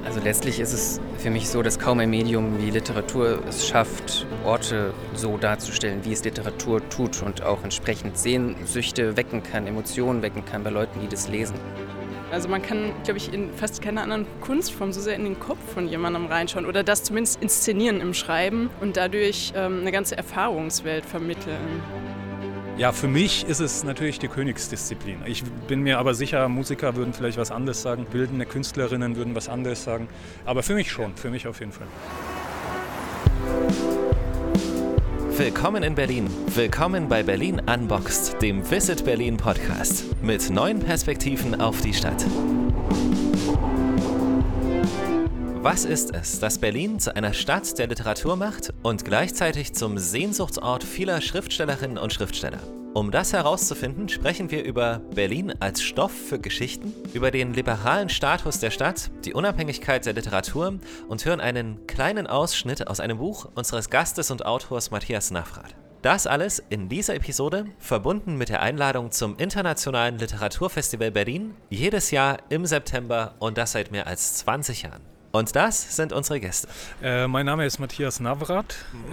Also letztlich ist es für mich so, dass kaum ein Medium wie Literatur es schafft, Orte so darzustellen, wie es Literatur tut und auch entsprechend Sehnsüchte wecken kann, Emotionen wecken kann bei Leuten, die das lesen. Also man kann, glaube ich, in fast keiner anderen Kunstform so sehr in den Kopf von jemandem reinschauen oder das zumindest inszenieren im Schreiben und dadurch eine ganze Erfahrungswelt vermitteln. Ja, für mich ist es natürlich die Königsdisziplin. Ich bin mir aber sicher, Musiker würden vielleicht was anderes sagen, bildende Künstlerinnen würden was anderes sagen. Aber für mich schon, für mich auf jeden Fall. Willkommen in Berlin. Willkommen bei Berlin Unboxed, dem Visit Berlin Podcast mit neuen Perspektiven auf die Stadt. Was ist es, das Berlin zu einer Stadt der Literatur macht und gleichzeitig zum Sehnsuchtsort vieler Schriftstellerinnen und Schriftsteller? Um das herauszufinden, sprechen wir über Berlin als Stoff für Geschichten, über den liberalen Status der Stadt, die Unabhängigkeit der Literatur und hören einen kleinen Ausschnitt aus einem Buch unseres Gastes und Autors Matthias Navrath. Das alles in dieser Episode, verbunden mit der Einladung zum Internationalen Literaturfestival Berlin, jedes Jahr im September und das seit mehr als 20 Jahren. Und das sind unsere Gäste. Mein Name ist Matthias Navrath.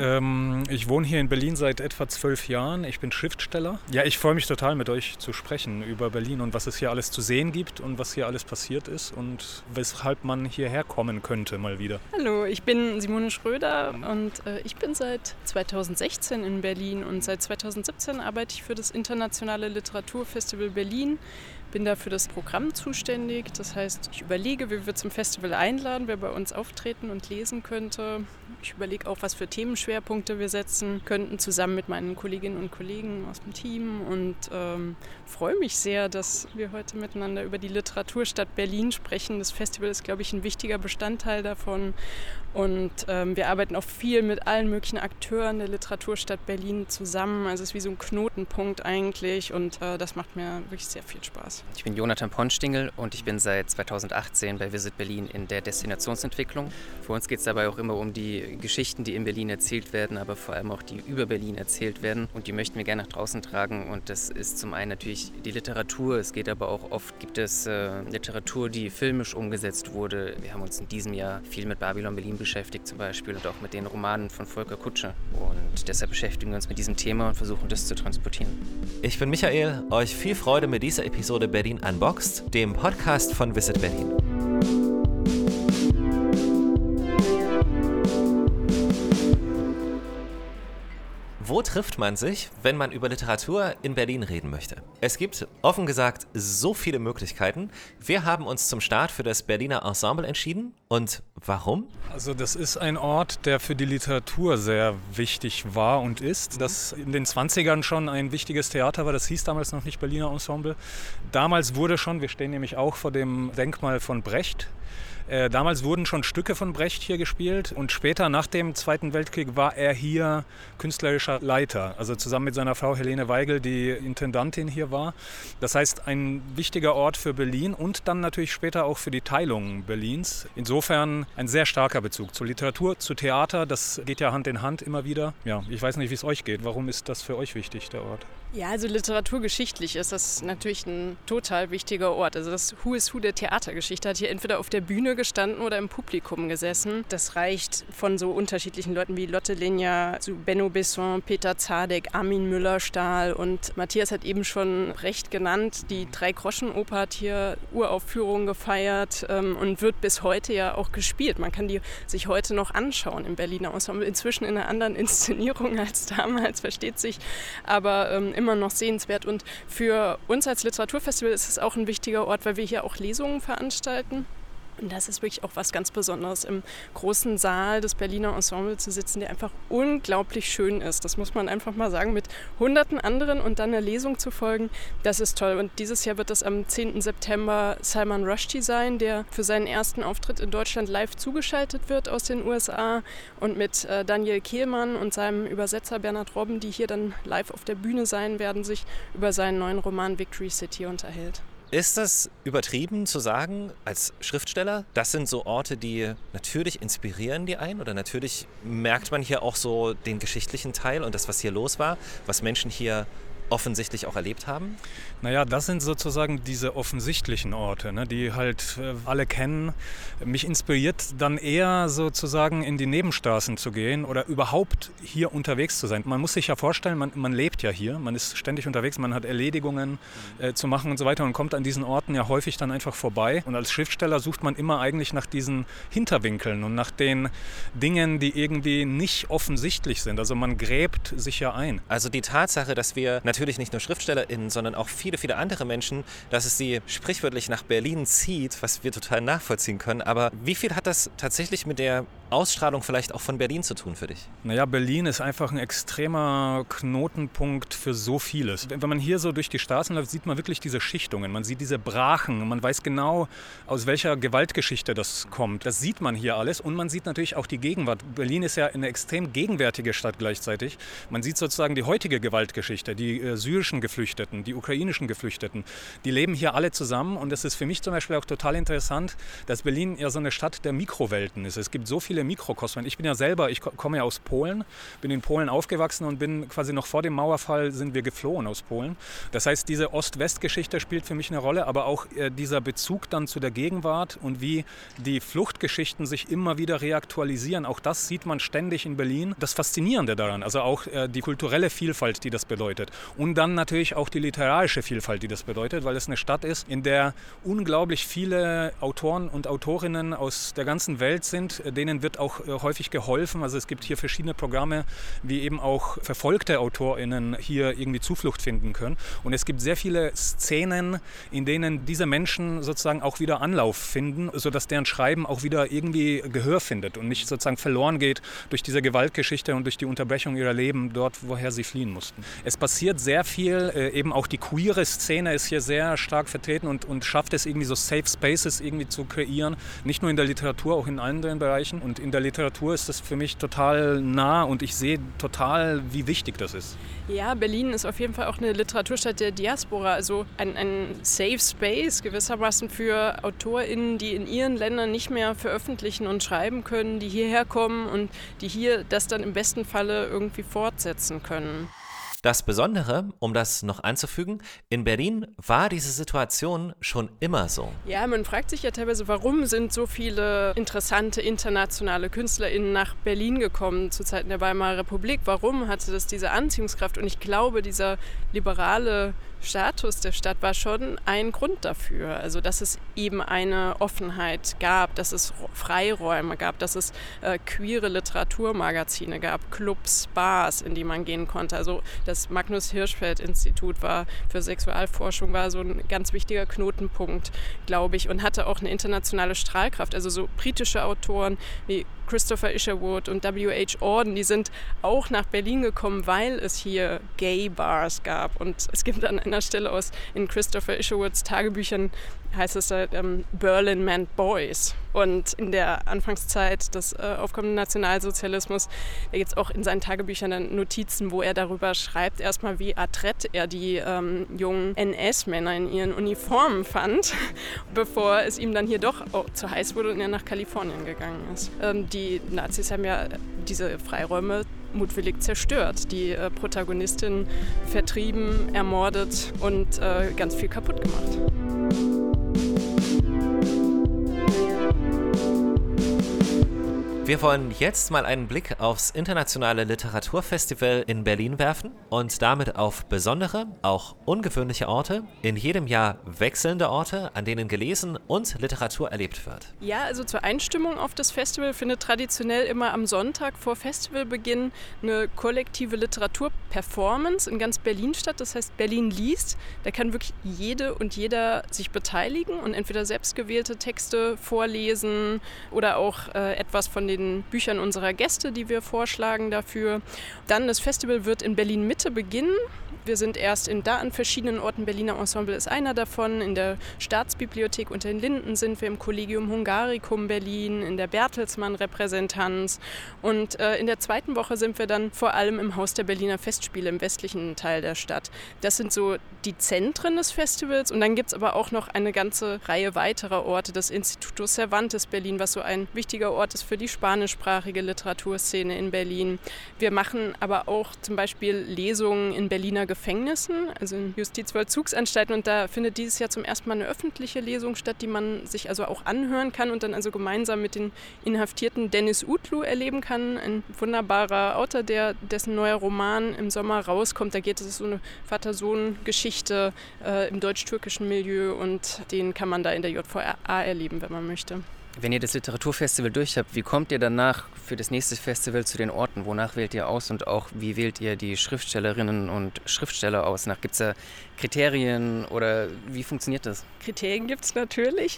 Ich wohne hier in Berlin seit etwa 12 Jahren. Ich bin Schriftsteller. Ja, ich freue mich total, mit euch zu sprechen über Berlin und was es hier alles zu sehen gibt und was hier alles passiert ist und weshalb man hierher kommen könnte mal wieder. Hallo, ich bin Simone Schröder und ich bin seit 2016 in Berlin und seit 2017 arbeite ich für das Internationale Literaturfestival Berlin. Bin da für das Programm zuständig. Das heißt, ich überlege, wie wir zum Festival einladen, wer bei uns auftreten und lesen könnte. Ich überlege auch, was für Themenschwerpunkte wir setzen könnten, zusammen mit meinen Kolleginnen und Kollegen aus dem Team und freue mich sehr, dass wir heute miteinander über die Literaturstadt Berlin sprechen. Das Festival ist, glaube ich, ein wichtiger Bestandteil davon und wir arbeiten auch viel mit allen möglichen Akteuren der Literaturstadt Berlin zusammen. Also es ist wie so ein Knotenpunkt eigentlich und das macht mir wirklich sehr viel Spaß. Ich bin Jonathan Ponstingel und ich bin seit 2018 bei Visit Berlin in der Destinationsentwicklung. Für uns geht es dabei auch immer um die Geschichten, die in Berlin erzählt werden, aber vor allem auch die über Berlin erzählt werden und die möchten wir gerne nach draußen tragen und das ist zum einen natürlich die Literatur, es geht aber auch oft, gibt es Literatur, die filmisch umgesetzt wurde. Wir haben uns in diesem Jahr viel mit Babylon Berlin beschäftigt zum Beispiel und auch mit den Romanen von Volker Kutscher und deshalb beschäftigen wir uns mit diesem Thema und versuchen das zu transportieren. Ich bin Michael, euch viel Freude mit dieser Episode Berlin Unboxed, dem Podcast von Visit Berlin. Wo trifft man sich, wenn man über Literatur in Berlin reden möchte? Es gibt, offen gesagt, so viele Möglichkeiten. Wir haben uns zum Start für das Berliner Ensemble entschieden. Und warum? Also das ist ein Ort, der für die Literatur sehr wichtig war und ist. Das in den 20ern schon ein wichtiges Theater war, das hieß damals noch nicht Berliner Ensemble. Damals wurde schon, wir stehen nämlich auch vor dem Denkmal von Brecht, damals wurden schon Stücke von Brecht hier gespielt und später, nach dem Zweiten Weltkrieg, war er hier künstlerischer Leiter, also zusammen mit seiner Frau Helene Weigel, die Intendantin hier war. Das heißt, ein wichtiger Ort für Berlin und dann natürlich später auch für die Teilung Berlins. Insofern ein sehr starker Bezug zur Literatur, zu Theater, das geht ja Hand in Hand immer wieder. Ja, ich weiß nicht, wie es euch geht. Warum ist das für euch wichtig, der Ort? Ja, also literaturgeschichtlich ist das natürlich ein total wichtiger Ort. Also das Who is Who der Theatergeschichte hat hier entweder auf der Bühne gestanden oder im Publikum gesessen. Das reicht von so unterschiedlichen Leuten wie Lotte Lenya zu Benno Besson, Peter Zadek, Armin Müller-Stahl und Matthias hat eben schon Brecht genannt. Die Drei-Groschen-Oper hat hier Uraufführungen gefeiert und wird bis heute ja auch gespielt. Man kann die sich heute noch anschauen im Berliner Ensemble. Inzwischen in einer anderen Inszenierung als damals, versteht sich, aber immer noch sehenswert. Und für uns als Literaturfestival ist es auch ein wichtiger Ort, weil wir hier auch Lesungen veranstalten. Und das ist wirklich auch was ganz Besonderes, im großen Saal des Berliner Ensemble zu sitzen, der einfach unglaublich schön ist. Das muss man einfach mal sagen, mit hunderten anderen und dann einer Lesung zu folgen, das ist toll. Und dieses Jahr wird es am 10. September Salman Rushdie sein, der für seinen ersten Auftritt in Deutschland live zugeschaltet wird aus den USA und mit Daniel Kehlmann und seinem Übersetzer Bernhard Robben, die hier dann live auf der Bühne sein werden, sich über seinen neuen Roman Victory City unterhält. Ist das übertrieben zu sagen, als Schriftsteller, das sind so Orte, die natürlich inspirieren die einen oder natürlich merkt man hier auch so den geschichtlichen Teil und das, was hier los war, was Menschen hier offensichtlich auch erlebt haben? Naja, das sind sozusagen diese offensichtlichen Orte, ne, die halt alle kennen. Mich inspiriert dann eher sozusagen in die Nebenstraßen zu gehen oder überhaupt hier unterwegs zu sein. Man muss sich ja vorstellen, man lebt ja hier, man ist ständig unterwegs, man hat Erledigungen zu machen und so weiter und kommt an diesen Orten ja häufig dann einfach vorbei. Und als Schriftsteller sucht man immer eigentlich nach diesen Hinterwinkeln und nach den Dingen, die irgendwie nicht offensichtlich sind. Also man gräbt sich ja ein. Also die Tatsache, dass wir natürlich nicht nur SchriftstellerInnen, sondern auch viele, viele andere Menschen, dass es sie sprichwörtlich nach Berlin zieht, was wir total nachvollziehen können. Aber wie viel hat das tatsächlich mit der Ausstrahlung vielleicht auch von Berlin zu tun für dich? Naja, Berlin ist einfach ein extremer Knotenpunkt für so vieles. Wenn man hier so durch die Straßen läuft, sieht man wirklich diese Schichtungen. Man sieht diese Brachen. Man weiß genau, aus welcher Gewaltgeschichte das kommt. Das sieht man hier alles. Und man sieht natürlich auch die Gegenwart. Berlin ist ja eine extrem gegenwärtige Stadt gleichzeitig. Man sieht sozusagen die heutige Gewaltgeschichte, die syrischen Geflüchteten, die ukrainischen Geflüchteten. Die leben hier alle zusammen. Und es ist für mich zum Beispiel auch total interessant, dass Berlin ja so eine Stadt der Mikrowelten ist. Es gibt so viele Mikrokosmen. Ich komme ja aus Polen, bin in Polen aufgewachsen und bin quasi noch vor dem Mauerfall sind wir geflohen aus Polen. Das heißt, diese Ost-West-Geschichte spielt für mich eine Rolle, aber auch dieser Bezug dann zu der Gegenwart und wie die Fluchtgeschichten sich immer wieder reaktualisieren. Auch das sieht man ständig in Berlin. Das Faszinierende daran, also auch die kulturelle Vielfalt, die das bedeutet. Und dann natürlich auch die literarische Vielfalt, die das bedeutet, weil es eine Stadt ist, in der unglaublich viele Autoren und Autorinnen aus der ganzen Welt sind, denen wird auch häufig geholfen. Also es gibt hier verschiedene Programme, wie eben auch verfolgte AutorInnen hier irgendwie Zuflucht finden können. Und es gibt sehr viele Szenen, in denen diese Menschen sozusagen auch wieder Anlauf finden, sodass deren Schreiben auch wieder irgendwie Gehör findet und nicht sozusagen verloren geht durch diese Gewaltgeschichte und durch die Unterbrechung ihrer Leben dort, woher sie fliehen mussten. Es passiert sehr viel, eben auch die queere Szene ist hier sehr stark vertreten und schafft es irgendwie so Safe Spaces irgendwie zu kreieren, nicht nur in der Literatur, auch in anderen Bereichen. Und in der Literatur ist das für mich total nah und ich sehe total, wie wichtig das ist. Ja, Berlin ist auf jeden Fall auch eine Literaturstadt der Diaspora, also ein Safe Space gewissermaßen für AutorInnen, die in ihren Ländern nicht mehr veröffentlichen und schreiben können, die hierher kommen und die hier das dann im besten Falle irgendwie fortsetzen können. Das Besondere, um das noch anzufügen, in Berlin war diese Situation schon immer so. Ja, man fragt sich ja teilweise, warum sind so viele interessante internationale KünstlerInnen nach Berlin gekommen zu Zeiten der Weimarer Republik? Warum hatte das diese Anziehungskraft? Und ich glaube, dieser liberale Status der Stadt war schon ein Grund dafür. Also, dass es eben eine Offenheit gab, dass es Freiräume gab, dass es queere Literaturmagazine gab, Clubs, Bars, in die man gehen konnte. Also, das Magnus-Hirschfeld-Institut für Sexualforschung war so ein ganz wichtiger Knotenpunkt, glaube ich, und hatte auch eine internationale Strahlkraft. Also, so britische Autoren wie Christopher Isherwood und W.H. Auden, die sind auch nach Berlin gekommen, weil es hier Gay-Bars gab. Und es gibt an einer Stelle in Christopher Isherwoods Tagebüchern, heißt es da, Berlin meant boys. Und in der Anfangszeit des aufkommenden Nationalsozialismus, da gibt es auch in seinen Tagebüchern dann Notizen, wo er darüber schreibt, erstmal wie adrett er die jungen NS-Männer in ihren Uniformen fand, bevor es ihm dann hier doch zu heiß wurde und er nach Kalifornien gegangen ist. Die Nazis haben ja diese Freiräume mutwillig zerstört, die Protagonistin vertrieben, ermordet und ganz viel kaputt gemacht. Wir wollen jetzt mal einen Blick aufs Internationale Literaturfestival in Berlin werfen und damit auf besondere, auch ungewöhnliche Orte, in jedem Jahr wechselnde Orte, an denen gelesen und Literatur erlebt wird. Ja, also zur Einstimmung auf das Festival findet traditionell immer am Sonntag vor Festivalbeginn eine kollektive Literaturperformance in ganz Berlin statt. Das heißt, Berlin liest. Da kann wirklich jede und jeder sich beteiligen und entweder selbstgewählte Texte vorlesen oder auch etwas von den Büchern unserer Gäste, die wir vorschlagen dafür. Dann das Festival wird in Berlin-Mitte beginnen. Wir sind erst an verschiedenen Orten. Berliner Ensemble ist einer davon. In der Staatsbibliothek unter den Linden sind wir, im Collegium Hungaricum Berlin, in der Bertelsmann-Repräsentanz. Und in der zweiten Woche sind wir dann vor allem im Haus der Berliner Festspiele im westlichen Teil der Stadt. Das sind so die Zentren des Festivals. Und dann gibt es aber auch noch eine ganze Reihe weiterer Orte. Das Instituto Cervantes Berlin, was so ein wichtiger Ort ist für die spanischsprachige Literaturszene in Berlin. Wir machen aber auch zum Beispiel Lesungen in Berliner Gefängnissen, also in Justizvollzugsanstalten. Und da findet dieses Jahr zum ersten Mal eine öffentliche Lesung statt, die man sich also auch anhören kann und dann also gemeinsam mit den Inhaftierten Deniz Utlu erleben kann. Ein wunderbarer Autor, dessen neuer Roman im Sommer rauskommt. Da geht es so eine Vater-Sohn-Geschichte im deutsch-türkischen Milieu und den kann man da in der JVA erleben, wenn man möchte. Wenn ihr das Literaturfestival durch habt, wie kommt ihr danach für das nächste Festival zu den Orten? Wonach wählt ihr aus und auch wie wählt ihr die Schriftstellerinnen und Schriftsteller aus? Gibt es da Kriterien oder wie funktioniert das? Kriterien gibt es natürlich.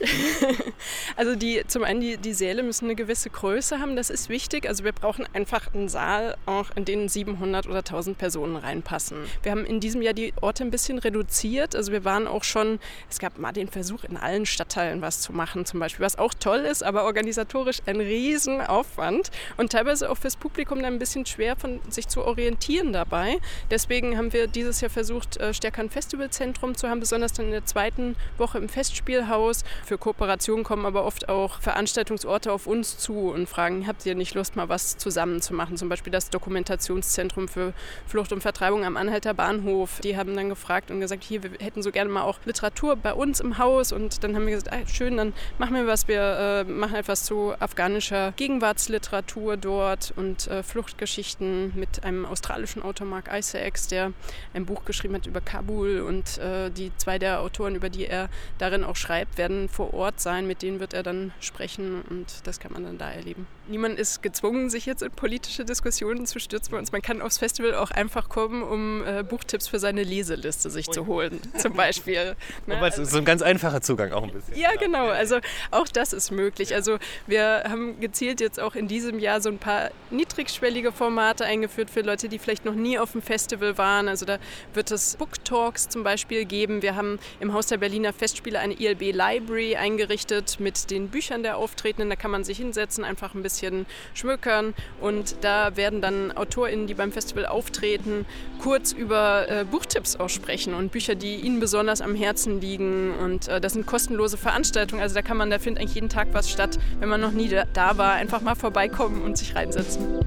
Also zum einen die Säle müssen eine gewisse Größe haben, das ist wichtig. Also wir brauchen einfach einen Saal, auch in den 700 oder 1000 Personen reinpassen. Wir haben in diesem Jahr die Orte ein bisschen reduziert. Also wir waren auch schon, es gab mal den Versuch, in allen Stadtteilen was zu machen zum Beispiel, was auch toll ist, aber organisatorisch ein Riesenaufwand und teilweise auch fürs Publikum dann ein bisschen schwer, von sich zu orientieren dabei. Deswegen haben wir dieses Jahr versucht, stärker ein Festivalzentrum zu haben, besonders dann in der zweiten Woche im Festspielhaus. Für Kooperationen kommen aber oft auch Veranstaltungsorte auf uns zu und fragen, habt ihr nicht Lust, mal was zusammen zu machen? Zum Beispiel das Dokumentationszentrum für Flucht und Vertreibung am Anhalter Bahnhof. Die haben dann gefragt und gesagt, hier, wir hätten so gerne mal auch Literatur bei uns im Haus. Und dann haben wir gesagt, schön, dann machen wir was. Wir machen etwas zu afghanischer Gegenwartsliteratur dort und Fluchtgeschichten mit einem australischen Autor, Mark Isaacs, der ein Buch geschrieben hat über Kabul und die zwei der Autoren, über die er darin auch schreibt, werden vor Ort sein, mit denen wird er dann sprechen und das kann man dann da erleben. Niemand ist gezwungen, sich jetzt in politische Diskussionen zu stürzen bei uns. Man kann aufs Festival auch einfach kommen, um Buchtipps für seine Leseliste sich zu holen, zum Beispiel. Aber es ist so ein ganz einfacher Zugang auch ein bisschen. Ja, genau. Also auch das ist möglich. Also wir haben gezielt jetzt auch in diesem Jahr so ein paar niedrigschwellige Formate eingeführt für Leute, die vielleicht noch nie auf dem Festival waren. Also da wird es Book Talks zum Beispiel geben. Wir haben im Haus der Berliner Festspiele eine ILB Library eingerichtet mit den Büchern der Auftretenden. Da kann man sich hinsetzen, einfach ein bisschen schmökern und da werden dann AutorInnen, die beim Festival auftreten, kurz über Buchtipps auch sprechen und Bücher, die ihnen besonders am Herzen liegen und das sind kostenlose Veranstaltungen, also da findet eigentlich jeden Tag was statt. Wenn man noch nie da war, einfach mal vorbeikommen und sich reinsetzen.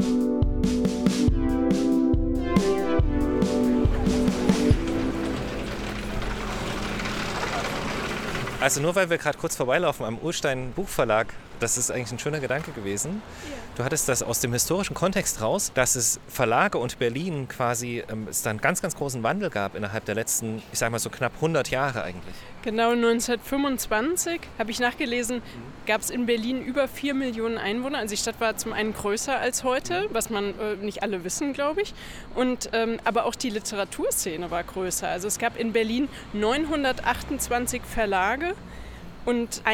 Also nur weil wir gerade kurz vorbeilaufen am Ullstein Buchverlag, das ist eigentlich ein schöner Gedanke gewesen. Ja. Du hattest das aus dem historischen Kontext raus, dass es Verlage und Berlin quasi, es da einen ganz, ganz großen Wandel gab innerhalb der letzten, ich sag mal so knapp 100 Jahre eigentlich. Genau, 1925, habe ich nachgelesen, gab es in Berlin über 4 Millionen Einwohner. Also die Stadt war zum einen größer als heute, was man nicht alle wissen, glaube ich. Und, aber auch die Literaturszene war größer. Also es gab in Berlin 928 Verlage und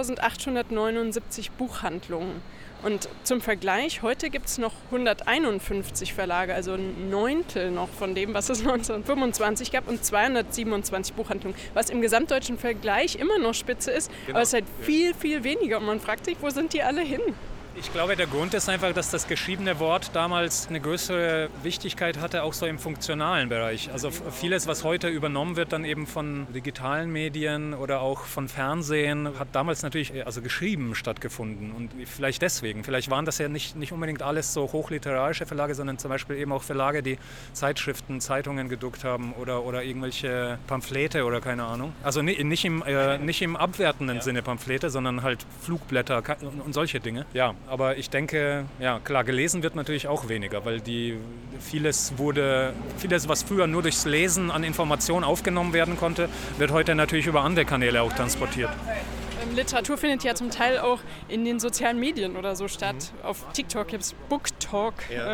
1879 Buchhandlungen. Und zum Vergleich, heute gibt es noch 151 Verlage, also ein Neuntel noch von dem, was es 1925 gab und 227 Buchhandlungen, was im gesamtdeutschen Vergleich immer noch Spitze ist, genau. Aber es ist halt viel, viel weniger und man fragt sich, wo sind die alle hin? Ich glaube, der Grund ist einfach, dass das geschriebene Wort damals eine größere Wichtigkeit hatte, auch so im funktionalen Bereich. Also vieles, was heute übernommen wird, dann eben von digitalen Medien oder auch von Fernsehen, hat damals natürlich geschrieben stattgefunden. Und vielleicht deswegen, vielleicht waren das ja nicht unbedingt alles so hochliterarische Verlage, sondern zum Beispiel eben auch Verlage, die Zeitschriften, Zeitungen gedruckt haben oder irgendwelche Pamphlete oder keine Ahnung. Also nicht im abwertenden Sinne Pamphlete, sondern halt Flugblätter und solche Dinge. Ja. Aber ich denke, ja klar, gelesen wird natürlich auch weniger, weil vieles, was früher nur durchs Lesen an Informationen aufgenommen werden konnte, wird heute natürlich über andere Kanäle auch transportiert. Literatur findet ja zum Teil auch in den sozialen Medien oder so statt. Auf TikTok gibt es Book Talk.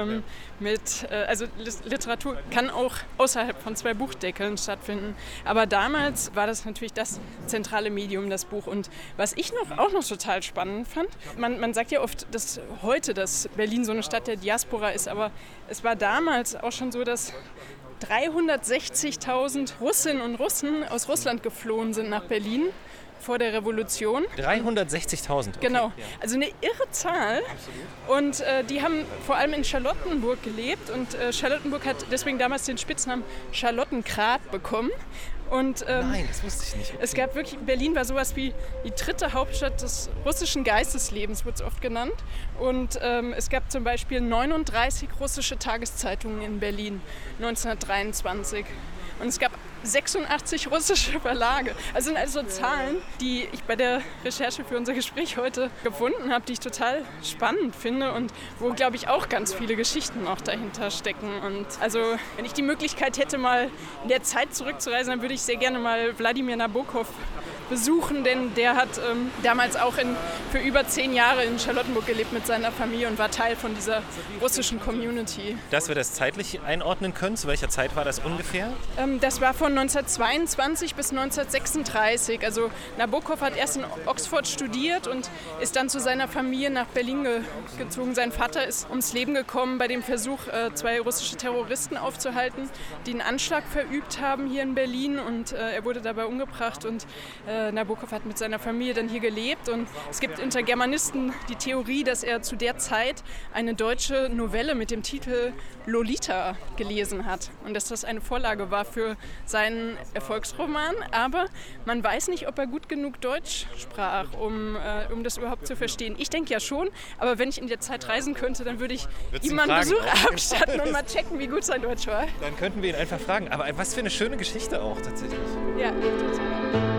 Also Literatur kann auch außerhalb von 2 Buchdeckeln stattfinden. Aber damals war das natürlich das zentrale Medium, das Buch. Und was ich auch noch total spannend fand, man sagt ja oft, dass Berlin so eine Stadt der Diaspora ist, aber es war damals auch schon so, dass 360.000 Russinnen und Russen aus Russland geflohen sind nach Berlin vor der Revolution. 360.000? Okay. Genau, also eine irre Zahl. Und die haben vor allem in Charlottenburg gelebt und Charlottenburg hat deswegen damals den Spitznamen Charlottengrad bekommen. Und, Nein, das wusste ich nicht. Okay. Es gab wirklich, Berlin war sowas wie die dritte Hauptstadt des russischen Geisteslebens, wird es oft genannt. Und es gab zum Beispiel 39 russische Tageszeitungen in Berlin 1923. Und es gab 86 russische Verlage. Also sind also Zahlen, die ich bei der Recherche für unser Gespräch heute gefunden habe, die ich total spannend finde und wo, glaube ich, auch ganz viele Geschichten auch dahinter stecken. Und also, wenn ich die Möglichkeit hätte, mal in der Zeit zurückzureisen, dann würde ich sehr gerne mal Wladimir Nabokov besuchen, denn der hat damals auch für über 10 Jahre in Charlottenburg gelebt mit seiner Familie und war Teil von dieser russischen Community. Dass wir das zeitlich einordnen können, zu welcher Zeit war das ungefähr? Das war von 1922 bis 1936. Also Nabokov hat erst in Oxford studiert und ist dann zu seiner Familie nach Berlin gezogen. Sein Vater ist ums Leben gekommen bei dem Versuch, 2 russische Terroristen aufzuhalten, die einen Anschlag verübt haben hier in Berlin, und er wurde dabei umgebracht, und Nabokov hat mit seiner Familie dann hier gelebt, und es gibt unter Germanisten die Theorie, dass er zu der Zeit eine deutsche Novelle mit dem Titel Lolita gelesen hat und dass das eine Vorlage war für seinen Erfolgsroman, aber man weiß nicht, ob er gut genug Deutsch sprach, um das überhaupt zu verstehen. Ich denke ja schon, aber wenn ich in der Zeit reisen könnte, dann würde ich ihm mal einen Besuch abstatten und mal checken, wie gut sein Deutsch war. Dann könnten wir ihn einfach fragen. Aber was für eine schöne Geschichte auch tatsächlich. Ja, total.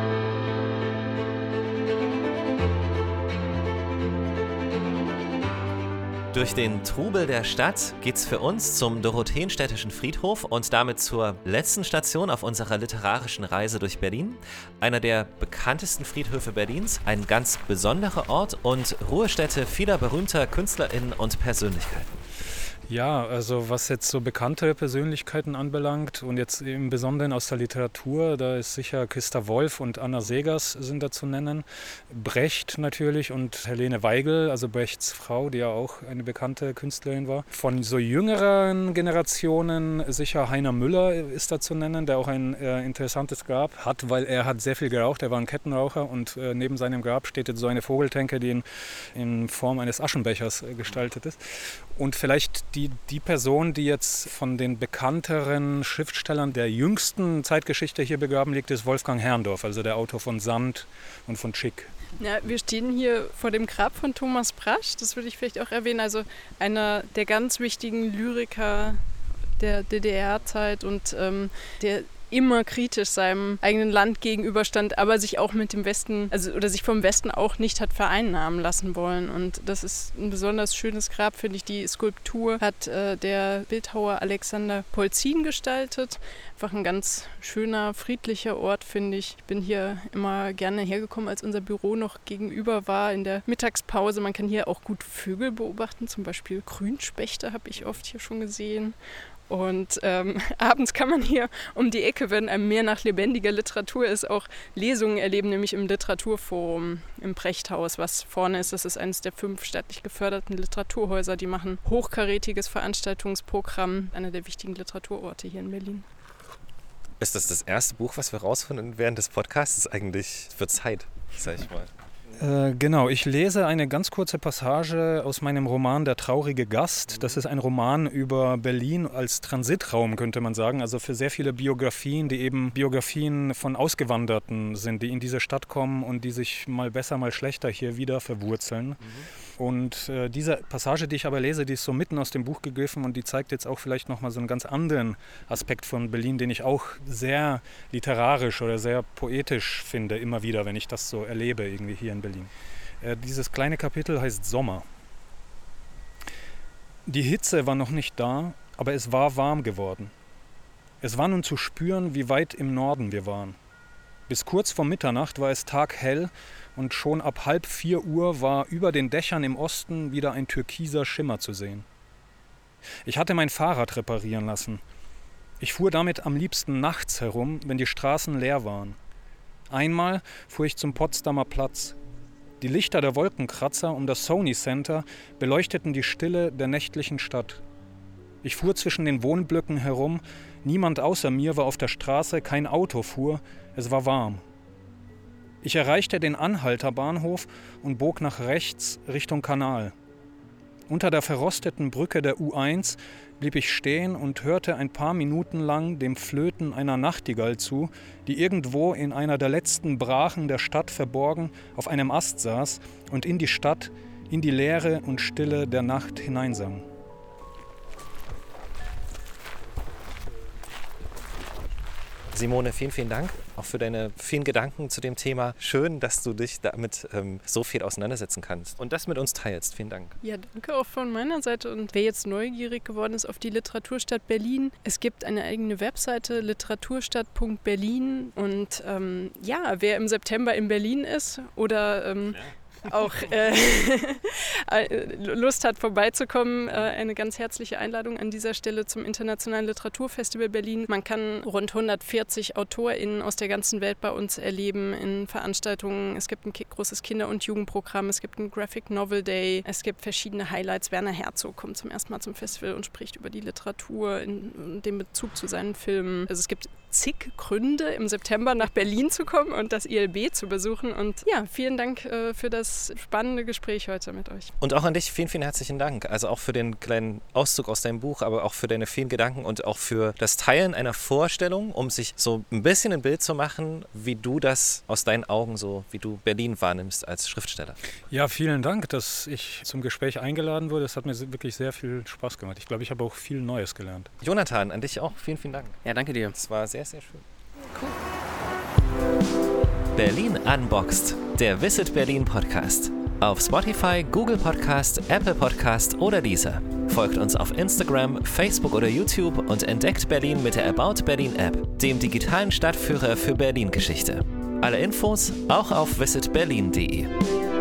Durch den Trubel der Stadt geht's für uns zum Dorotheenstädtischen Friedhof und damit zur letzten Station auf unserer literarischen Reise durch Berlin. Einer der bekanntesten Friedhöfe Berlins, ein ganz besonderer Ort und Ruhestätte vieler berühmter KünstlerInnen und Persönlichkeiten. Ja, also was jetzt so bekannte Persönlichkeiten anbelangt und jetzt im Besonderen aus der Literatur, da ist sicher Christa Wolf und Anna Seghers sind da zu nennen. Brecht natürlich und Helene Weigel, also Brechts Frau, die ja auch eine bekannte Künstlerin war. Von so jüngeren Generationen sicher Heiner Müller ist da zu nennen, der auch ein interessantes Grab hat, weil er hat sehr viel geraucht, er war ein Kettenraucher, und neben seinem Grab steht jetzt so eine Vogeltänke, die in Form eines Aschenbechers gestaltet ist. Und vielleicht die Person, die jetzt von den bekannteren Schriftstellern der jüngsten Zeitgeschichte hier begraben liegt, ist Wolfgang Herrndorff, also der Autor von Sand und von Schick. Ja, wir stehen hier vor dem Grab von Thomas Brasch, das würde ich vielleicht auch erwähnen, also einer der ganz wichtigen Lyriker der DDR-Zeit und der immer kritisch seinem eigenen Land gegenüberstand, aber sich auch mit dem Westen, oder sich vom Westen auch nicht hat vereinnahmen lassen wollen. Und das ist ein besonders schönes Grab, finde ich. Die Skulptur hat der Bildhauer Alexander Polzin gestaltet. Einfach ein ganz schöner, friedlicher Ort, finde ich. Ich bin hier immer gerne hergekommen, als unser Büro noch gegenüber war in der Mittagspause. Man kann hier auch gut Vögel beobachten, zum Beispiel Grünspechte habe ich oft hier schon gesehen. Und abends kann man hier um die Ecke, wenn einem mehr nach lebendiger Literatur ist, auch Lesungen erleben, nämlich im Literaturforum im Brechthaus, was vorne ist. Das ist eines der 5 staatlich geförderten Literaturhäuser. Die machen hochkarätiges Veranstaltungsprogramm, einer der wichtigen Literaturorte hier in Berlin. Ist das erste Buch, was wir rausfinden während des Podcasts? Eigentlich für Zeit, sag ich mal. Genau, ich lese eine ganz kurze Passage aus meinem Roman Der traurige Gast. Das ist ein Roman über Berlin als Transitraum, könnte man sagen. Also für sehr viele Biografien, die eben Biografien von Ausgewanderten sind, die in diese Stadt kommen und die sich mal besser, mal schlechter hier wieder verwurzeln. Und diese Passage, die ich aber lese, die ist so mitten aus dem Buch gegriffen und die zeigt jetzt auch vielleicht nochmal so einen ganz anderen Aspekt von Berlin, den ich auch sehr literarisch oder sehr poetisch finde, immer wieder, wenn ich das so erlebe irgendwie hier in Berlin. Dieses kleine Kapitel heißt Sommer. Die Hitze war noch nicht da, aber es war warm geworden. Es war nun zu spüren, wie weit im Norden wir waren. Bis kurz vor Mitternacht war es taghell und schon ab 3:30 Uhr war über den Dächern im Osten wieder ein türkiser Schimmer zu sehen. Ich hatte mein Fahrrad reparieren lassen. Ich fuhr damit am liebsten nachts herum, wenn die Straßen leer waren. Einmal fuhr ich zum Potsdamer Platz. Die Lichter der Wolkenkratzer um das Sony Center beleuchteten die Stille der nächtlichen Stadt. Ich fuhr zwischen den Wohnblöcken herum, niemand außer mir war auf der Straße, kein Auto fuhr, es war warm. Ich erreichte den Anhalter Bahnhof und bog nach rechts Richtung Kanal. Unter der verrosteten Brücke der U1 blieb ich stehen und hörte ein paar Minuten lang dem Flöten einer Nachtigall zu, die irgendwo in einer der letzten Brachen der Stadt verborgen auf einem Ast saß und in die Stadt, in die Leere und Stille der Nacht hineinsang. Simone, vielen, vielen Dank auch für deine vielen Gedanken zu dem Thema. Schön, dass du dich damit so viel auseinandersetzen kannst und das mit uns teilst. Vielen Dank. Ja, danke auch von meiner Seite. Und wer jetzt neugierig geworden ist auf die Literaturstadt Berlin, es gibt eine eigene Webseite, literaturstadt.berlin. Und wer im September in Berlin ist oder auch Lust hat, vorbeizukommen, eine ganz herzliche Einladung an dieser Stelle zum Internationalen Literaturfestival Berlin. Man kann rund 140 AutorInnen aus der ganzen Welt bei uns erleben in Veranstaltungen. Es gibt ein großes Kinder- und Jugendprogramm, es gibt einen Graphic Novel Day, es gibt verschiedene Highlights. Werner Herzog kommt zum ersten Mal zum Festival und spricht über die Literatur in dem Bezug zu seinen Filmen. Also es gibt zig Gründe, im September nach Berlin zu kommen und das ILB zu besuchen. Und ja, vielen Dank für das spannende Gespräch heute mit euch. Und auch an dich vielen, vielen herzlichen Dank. Also auch für den kleinen Auszug aus deinem Buch, aber auch für deine vielen Gedanken und auch für das Teilen einer Vorstellung, um sich so ein bisschen ein Bild zu machen, wie du das aus deinen Augen so, wie du Berlin wahrnimmst als Schriftsteller. Ja, vielen Dank, dass ich zum Gespräch eingeladen wurde. Das hat mir wirklich sehr viel Spaß gemacht. Ich glaube, ich habe auch viel Neues gelernt. Jonathan, an dich auch vielen, vielen Dank. Ja, danke dir. Es war sehr, sehr schön. Cool. Berlin Unboxed, der Visit Berlin Podcast. Auf Spotify, Google Podcast, Apple Podcast oder Deezer. Folgt uns auf Instagram, Facebook oder YouTube und entdeckt Berlin mit der About Berlin App, dem digitalen Stadtführer für Berlin-Geschichte. Alle Infos auch auf visitberlin.de.